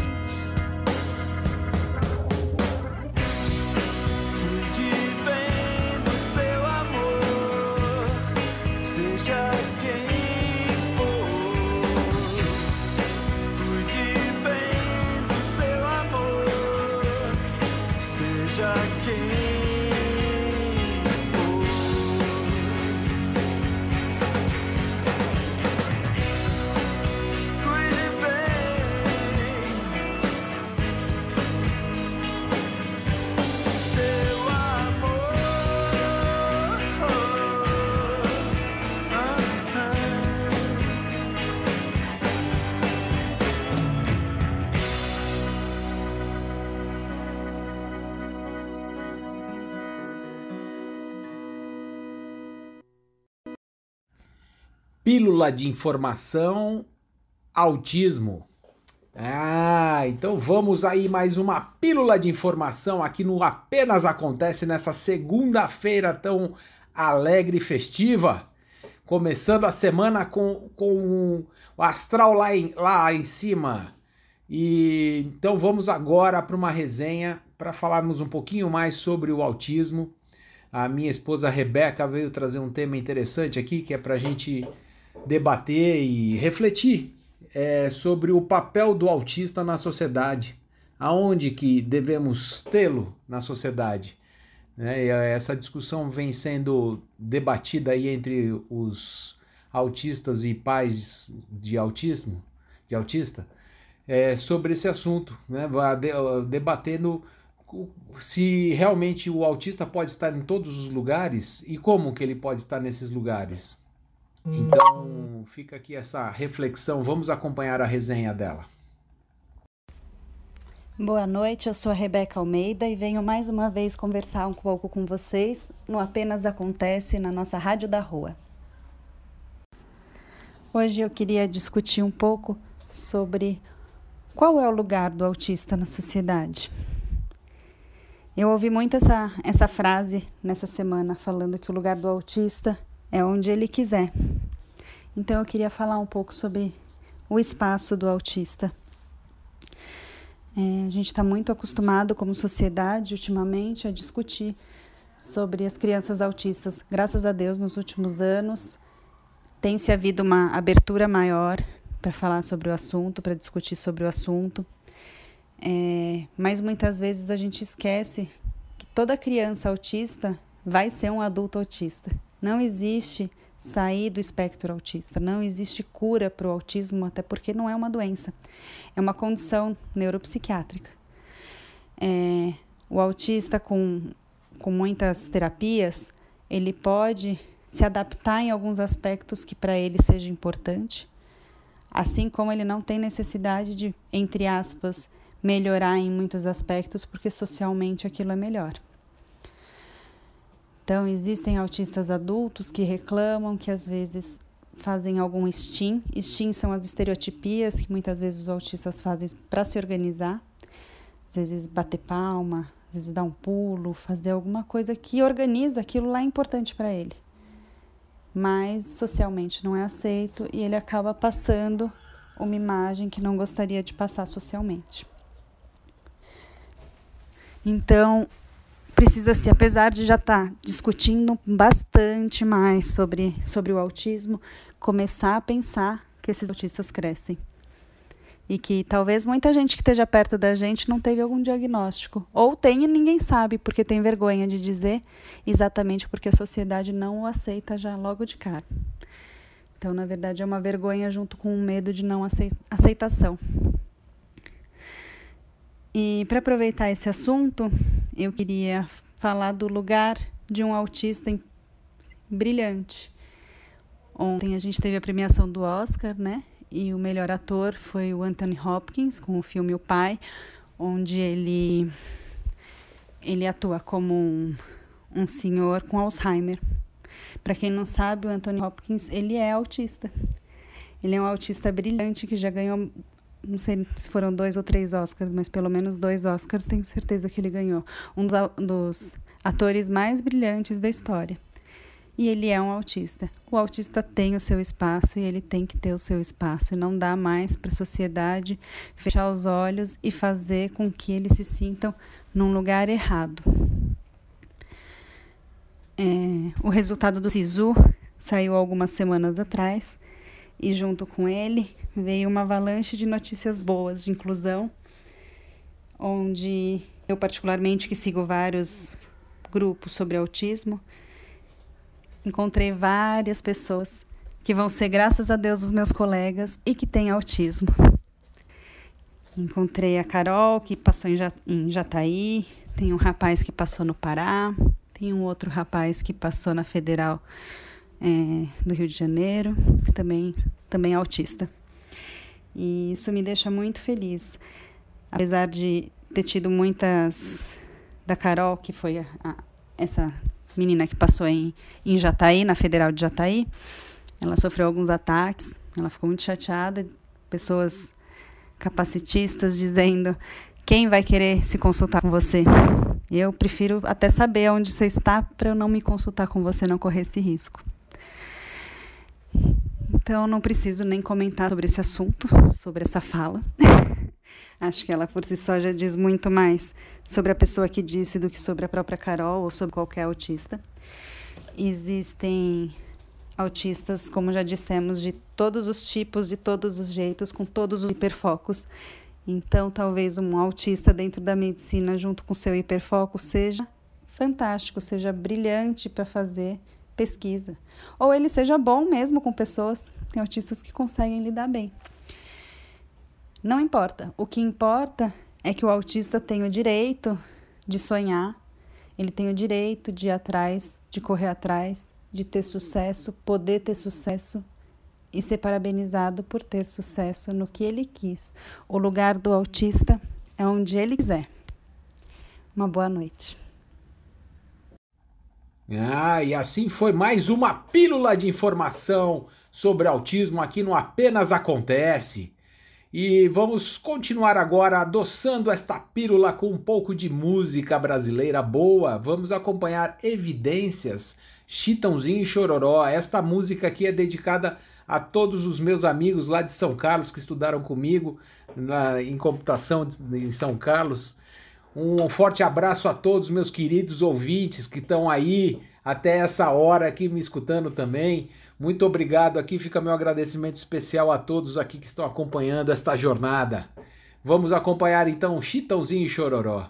Cuide bem do seu amor, seja quem for. Cuide bem do seu amor, seja quem for. Cuide bem seu amor. Pílula de informação, autismo. Ah, então vamos aí mais uma pílula de informação aqui no Apenas Acontece nessa segunda-feira tão alegre e festiva. Começando a semana com o astral lá em cima. E então vamos agora para uma resenha para falarmos um pouquinho mais sobre o autismo. A minha esposa Rebeca veio trazer um tema interessante aqui, que é para a gente debater e refletir sobre o papel do autista na sociedade. Aonde que devemos tê-lo na sociedade? E essa discussão vem sendo debatida aí entre os autistas e pais de autista, sobre esse assunto, né? Debatendo se realmente o autista pode estar em todos os lugares e como que ele pode estar nesses lugares. Então fica aqui essa reflexão, vamos acompanhar a resenha dela. Boa noite, eu sou a Rebeca Almeida e venho mais uma vez conversar um pouco com vocês no Apenas Acontece na nossa Rádio da Rua. Hoje eu queria discutir um pouco sobre qual é o lugar do autista na sociedade. Eu ouvi muito essa frase nessa semana, falando que o lugar do autista é onde ele quiser. Então eu queria falar um pouco sobre o espaço do autista. A gente está muito acostumado como sociedade ultimamente a discutir sobre as crianças autistas. Graças a Deus, nos últimos anos, tem-se havido uma abertura maior para falar sobre o assunto, para discutir sobre o assunto. Mas muitas vezes a gente esquece que toda criança autista vai ser um adulto autista. Não existe sair do espectro autista, não existe cura para o autismo, até porque não é uma doença, é uma condição neuropsiquiátrica. O autista com muitas terapias, ele pode se adaptar em alguns aspectos que para ele seja importante, assim como ele não tem necessidade de, entre aspas, melhorar em muitos aspectos, porque socialmente aquilo é melhor. Então, existem autistas adultos que reclamam, que às vezes fazem algum STEAM. STEAM são as estereotipias que muitas vezes os autistas fazem para se organizar. Às vezes bater palma, às vezes dar um pulo, fazer alguma coisa que organiza, aquilo lá é importante para ele. Mas socialmente não é aceito e ele acaba passando uma imagem que não gostaria de passar socialmente. Então, precisa-se, apesar de já estar discutindo bastante mais sobre o autismo, começar a pensar que esses autistas crescem. E que talvez muita gente que esteja perto da gente não teve algum diagnóstico. Ou tem e ninguém sabe, porque tem vergonha de dizer, exatamente porque a sociedade não o aceita já logo de cara. Então, na verdade, é uma vergonha junto com um medo de não aceitação. E para aproveitar esse assunto, eu queria falar do lugar de um autista brilhante. Ontem a gente teve a premiação do Oscar, né? E o melhor ator foi o Anthony Hopkins, com o filme O Pai, onde ele atua como um senhor com Alzheimer. Para quem não sabe, o Anthony Hopkins, ele é autista. Ele é um autista brilhante que já ganhou, não sei se foram 2 ou 3 Oscars, mas pelo menos 2 Oscars, tenho certeza que ele ganhou. Um dos atores mais brilhantes da história. E ele é um autista. O autista tem o seu espaço e ele tem que ter o seu espaço. E não dá mais para a sociedade fechar os olhos e fazer com que eles se sintam num lugar errado. O resultado do SISU saiu algumas semanas atrás e junto com ele veio uma avalanche de notícias boas de inclusão, onde eu particularmente, que sigo vários grupos sobre autismo, encontrei várias pessoas que vão ser, graças a Deus, os meus colegas e que têm autismo. Encontrei a Carol, que passou em Jataí, tem um rapaz que passou no Pará, tem um outro rapaz que passou na Federal do Rio de Janeiro, que também é autista. E isso me deixa muito feliz. Apesar de ter tido muitas... Da Carol, que foi essa menina que passou em Jataí, na Federal de Jataí, ela sofreu alguns ataques, ela ficou muito chateada, pessoas capacitistas dizendo: quem vai querer se consultar com você? Eu prefiro até saber onde você está para eu não me consultar com você, não correr esse risco. Então, não preciso nem comentar sobre esse assunto, sobre essa fala. Acho que ela por si só já diz muito mais sobre a pessoa que disse do que sobre a própria Carol ou sobre qualquer autista. Existem autistas, como já dissemos, de todos os tipos, de todos os jeitos, com todos os hiperfocos. Então, talvez um autista dentro da medicina, junto com seu hiperfoco, seja fantástico, seja brilhante para fazer pesquisa. Ou ele seja bom mesmo com pessoas, tem autistas que conseguem lidar bem. Não importa. O que importa é que o autista tem o direito de sonhar, ele tem o direito de ir atrás, de correr atrás, de ter sucesso, poder ter sucesso e ser parabenizado por ter sucesso no que ele quis. O lugar do autista é onde ele quiser. Uma boa noite. E assim foi mais uma pílula de informação sobre autismo aqui no Apenas Acontece. E vamos continuar agora adoçando esta pílula com um pouco de música brasileira boa. Vamos acompanhar Evidências, Chitãozinho e Chororó. Esta música aqui é dedicada a todos os meus amigos lá de São Carlos que estudaram comigo em computação em São Carlos. Um forte abraço a todos meus queridos ouvintes que estão aí até essa hora aqui me escutando também. Muito obrigado, aqui fica meu agradecimento especial a todos aqui que estão acompanhando esta jornada. Vamos acompanhar então Chitãozinho e Chororó.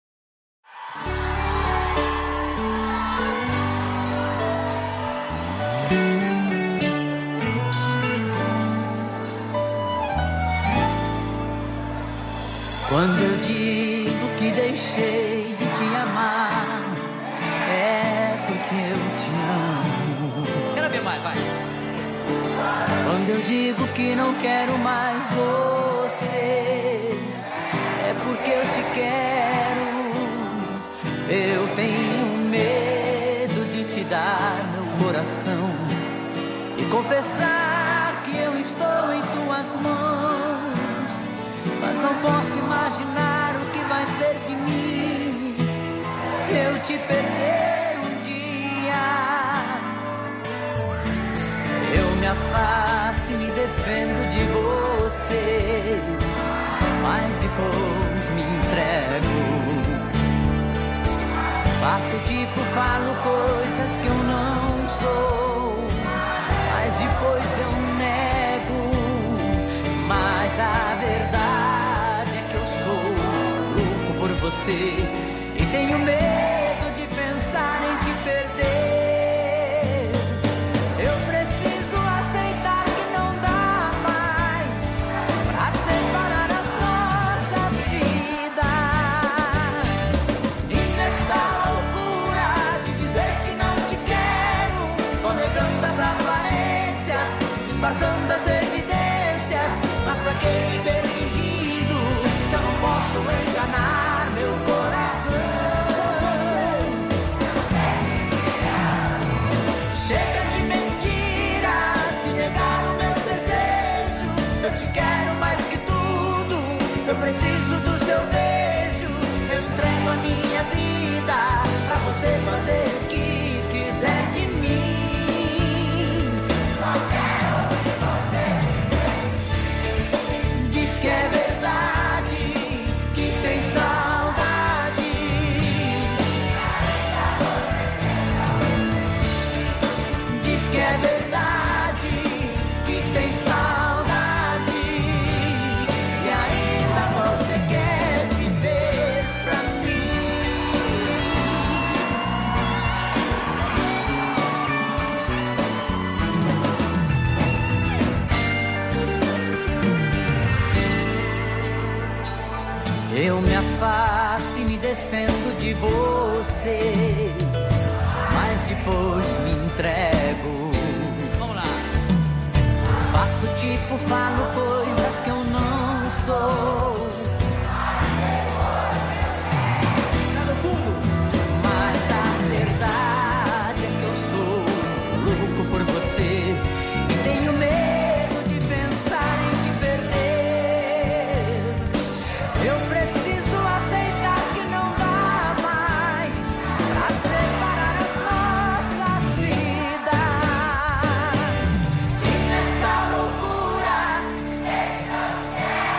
Quando eu digo que deixei de te amar, é porque eu te amo. Quero ver mais, vai. Quando eu digo que não quero mais você, é porque eu te quero. Eu tenho medo de te dar meu coração e confessar que eu estou em tuas mãos. Mas não posso imaginar o que vai ser de mim se eu te perder um dia. Eu me afasto e me defendo de você, mas depois me entrego. Faço tipo, falo coisas que eu não sou, mas depois eu nego. Mas a verdade é que eu sou louco por você e tenho medo de pensar em te perder. Eu preciso aceitar que não dá mais pra separar as nossas vidas. E nessa loucura de dizer que não te quero, tô negando as aparências, disfarçando as evidências. Mas pra que viver fingindo se eu não posso enganar meu coração? Chega de mentiras e negar o meu desejo. Eu te quero mais que tudo, eu preciso do seu beijo. Eu entrego a minha vida pra você fazer o que quiser de mim. Que é verdade, que tem saudade. Diz que é verdade, que tem saudade. E ainda você quer viver pra mim. Eu me afasto e me defendo de você, mas depois me entrego. Vamos lá. Faço tipo, falo coisas que eu não sou. Mas a verdade é que eu sou louco por você e tenho medo de pensar em te perder. Eu preciso aceitar que não dá mais pra separar as nossas vidas. E nessa loucura, sei que nós queremos.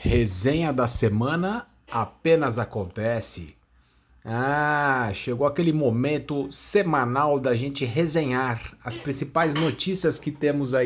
Resenha da semana apenas acontece. Chegou aquele momento semanal da gente resenhar as principais notícias que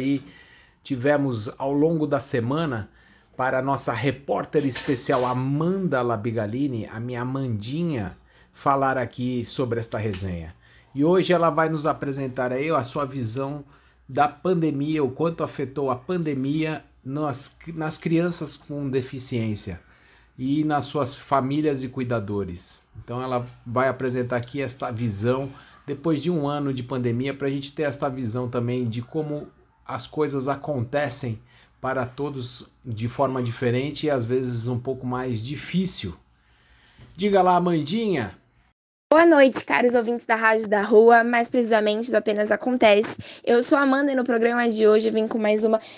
tivemos ao longo da semana para a nossa repórter especial Amanda Labigalini, a minha Amandinha, falar aqui sobre esta resenha. E hoje ela vai nos apresentar aí a sua visão da pandemia, o quanto afetou a pandemia nas crianças com deficiência e nas suas famílias e cuidadores. Então ela vai apresentar aqui esta visão, depois de um ano de pandemia, para a gente ter esta visão também de como as coisas acontecem para todos de forma diferente e às vezes um pouco mais difícil. Diga lá, Amandinha. Boa noite, caros ouvintes da Rádio da Rua, mais precisamente do Apenas Acontece. Eu sou a Amanda e no programa de hoje eu vim com mais uma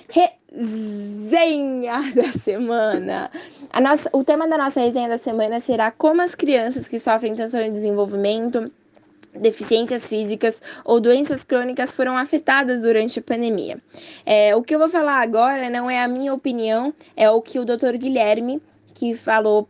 resenha da semana. O tema da nossa resenha da semana será como as crianças que sofrem transtorno de desenvolvimento, deficiências físicas ou doenças crônicas foram afetadas durante a pandemia. O que eu vou falar agora não é a minha opinião, é o que o Dr. Guilherme, que falou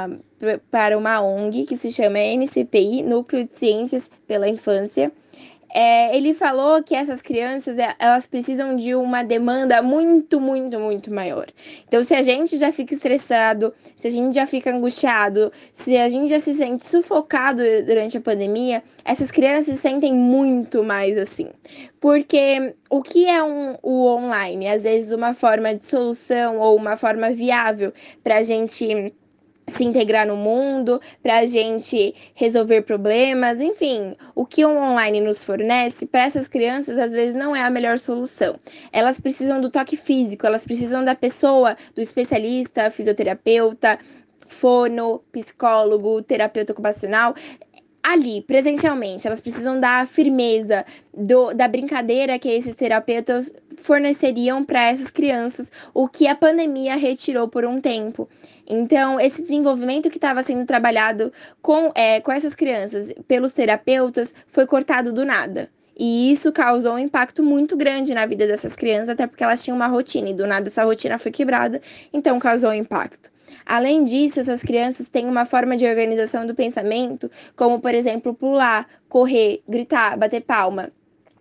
para uma ONG que se chama NCPI, Núcleo de Ciências pela Infância. Ele falou que essas crianças, elas precisam de uma demanda muito, muito, muito maior. Então, se a gente já fica estressado, se a gente já fica angustiado, se a gente já se sente sufocado durante a pandemia, essas crianças se sentem muito mais assim. Porque o que é o online? Às vezes uma forma de solução ou uma forma viável para a gente se integrar no mundo, para a gente resolver problemas, enfim, o que o online nos fornece, para essas crianças, às vezes não é a melhor solução. Elas precisam do toque físico, elas precisam da pessoa, do especialista, fisioterapeuta, fono, psicólogo, terapeuta ocupacional, ali, presencialmente. Elas precisam da firmeza, da brincadeira que esses terapeutas forneceriam para essas crianças, o que a pandemia retirou por um tempo. Então, esse desenvolvimento que estava sendo trabalhado com essas crianças pelos terapeutas foi cortado do nada. E isso causou um impacto muito grande na vida dessas crianças, até porque elas tinham uma rotina e do nada essa rotina foi quebrada, então causou um impacto. Além disso, essas crianças têm uma forma de organização do pensamento, como, por exemplo, pular, correr, gritar, bater palma.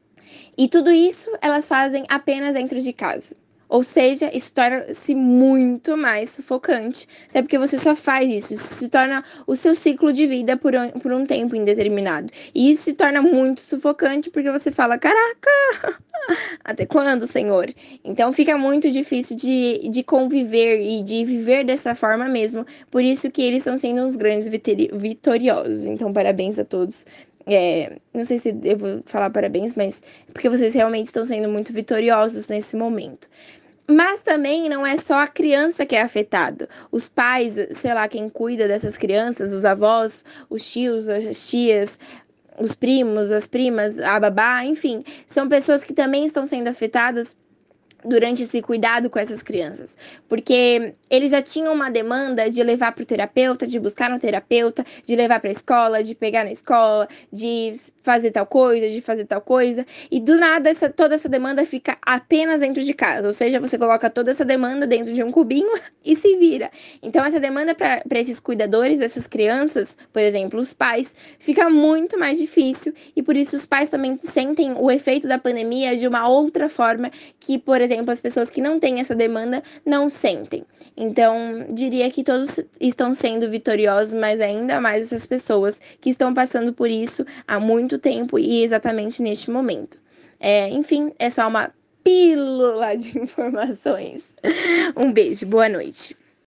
E tudo isso elas fazem apenas dentro de casa. Ou seja, isso torna-se muito mais sufocante, até porque você só faz isso se torna o seu ciclo de vida por um tempo indeterminado. E isso se torna muito sufocante porque você fala, caraca, até quando, Senhor? Então fica muito difícil de conviver e de viver dessa forma mesmo, por isso que eles estão sendo uns grandes vitoriosos. Então parabéns a todos. Não sei se eu vou falar parabéns, mas porque vocês realmente estão sendo muito vitoriosos nesse momento. Mas também não é só a criança que é afetada. Os pais, sei lá, quem cuida dessas crianças, os avós, os tios, as tias, os primos, as primas, a babá, enfim, são pessoas que também estão sendo afetadas durante esse cuidado com essas crianças, porque eles já tinham uma demanda de levar para o terapeuta, de buscar no terapeuta, de levar para a escola, de pegar na escola, de fazer tal coisa, e do nada toda essa demanda fica apenas dentro de casa, ou seja, você coloca toda essa demanda dentro de um cubinho e se vira. Então essa demanda para esses cuidadores dessas crianças, por exemplo, os pais, fica muito mais difícil, e por isso os pais também sentem o efeito da pandemia de uma outra forma que, por exemplo, as pessoas que não têm essa demanda não sentem. Então, diria que todos estão sendo vitoriosos, mas ainda mais essas pessoas que estão passando por isso há muito tempo e exatamente neste momento. Enfim, é só uma pílula de informações. Um beijo, boa noite.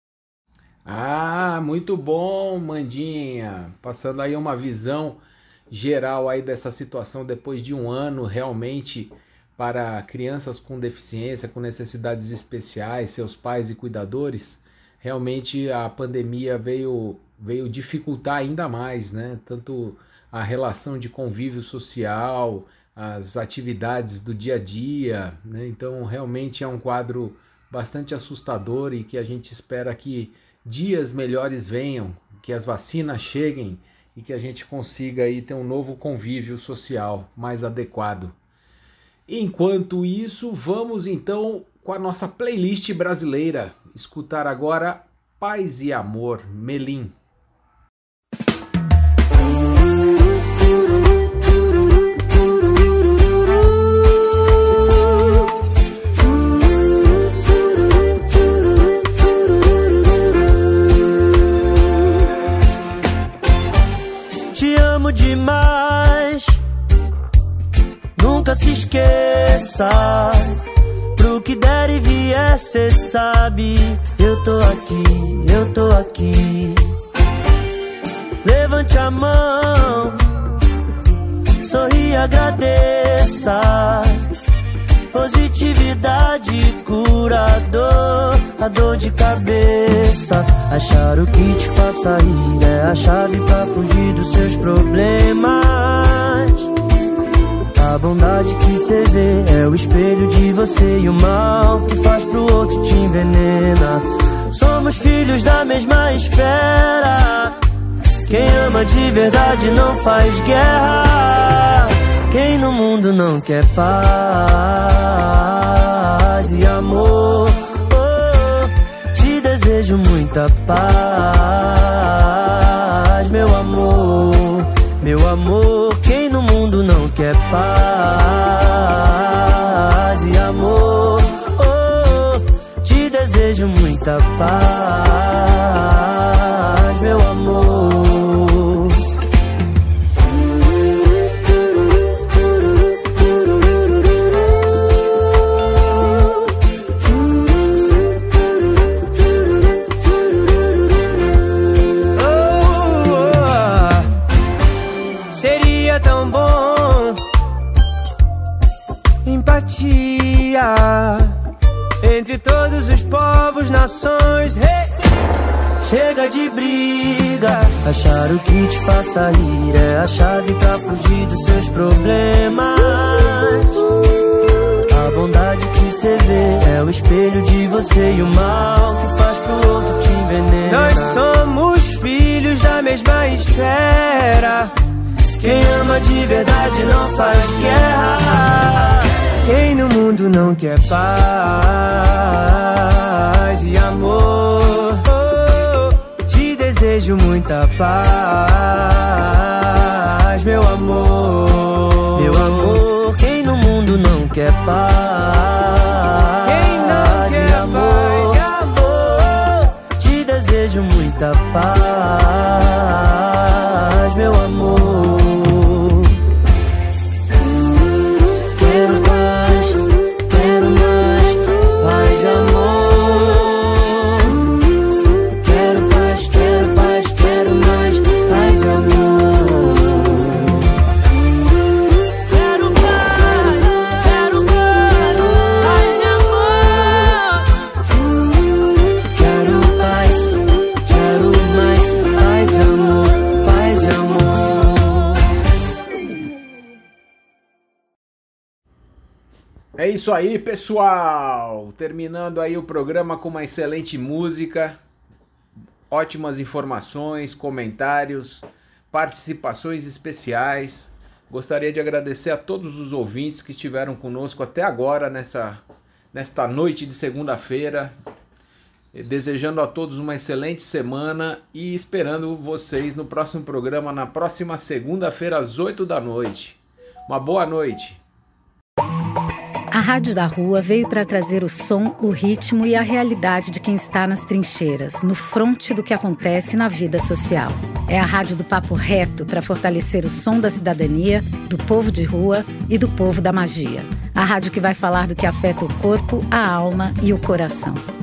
Muito bom, Mandinha. Passando aí uma visão geral aí dessa situação depois de um ano realmente para crianças com deficiência, com necessidades especiais, seus pais e cuidadores. Realmente a pandemia veio dificultar ainda mais, né? Tanto a relação de convívio social, as atividades do dia a dia, né? Então realmente é um quadro bastante assustador e que a gente espera que dias melhores venham, que as vacinas cheguem e que a gente consiga aí ter um novo convívio social mais adequado. Enquanto isso, vamos então com a nossa playlist brasileira. escutar agora Paz e Amor, Melim. Te amo demais, nunca se esqueça. Pro que der e vier, cê sabe, eu tô aqui. Levante a mão, sorri e agradeça. Positividade curador, a dor de cabeça. Achar o que te faça rir é a chave pra fugir dos seus problemas. A bondade que cê vê é o espelho de você, e o mal que faz pro outro te envenena. Somos filhos da mesma esfera. Quem ama de verdade não faz guerra. Quem no mundo não quer paz e amor, te desejo muita paz, meu amor, meu amor. Quem no mundo não quer paz e amor, te desejo muita paz, meu amor. Entre todos os povos, nações, hey! Chega de briga. Achar o que te faça rir é a chave pra fugir dos seus problemas. A bondade que cê vê é o espelho de você, e o mal que faz pro outro te envenena. Nós somos filhos da mesma esfera. Quem ama de verdade não faz guerra. Quem no mundo não quer paz e amor, te desejo muita paz, meu amor, meu amor. Quem no mundo não quer paz, quem não quer paz e amor, te desejo muita paz, meu amor. É isso aí, pessoal! Terminando aí o programa com uma excelente música, ótimas informações, comentários, participações especiais. Gostaria de agradecer a todos os ouvintes que estiveram conosco até agora nesta noite de segunda-feira. Desejando a todos uma excelente semana e esperando vocês no próximo programa, na próxima segunda-feira às 8 da noite. Uma boa noite! A Rádio da Rua veio para trazer o som, o ritmo e a realidade de quem está nas trincheiras, no fronte do que acontece na vida social. É a rádio do papo reto para fortalecer o som da cidadania, do povo de rua e do povo da magia. A rádio que vai falar do que afeta o corpo, a alma e o coração.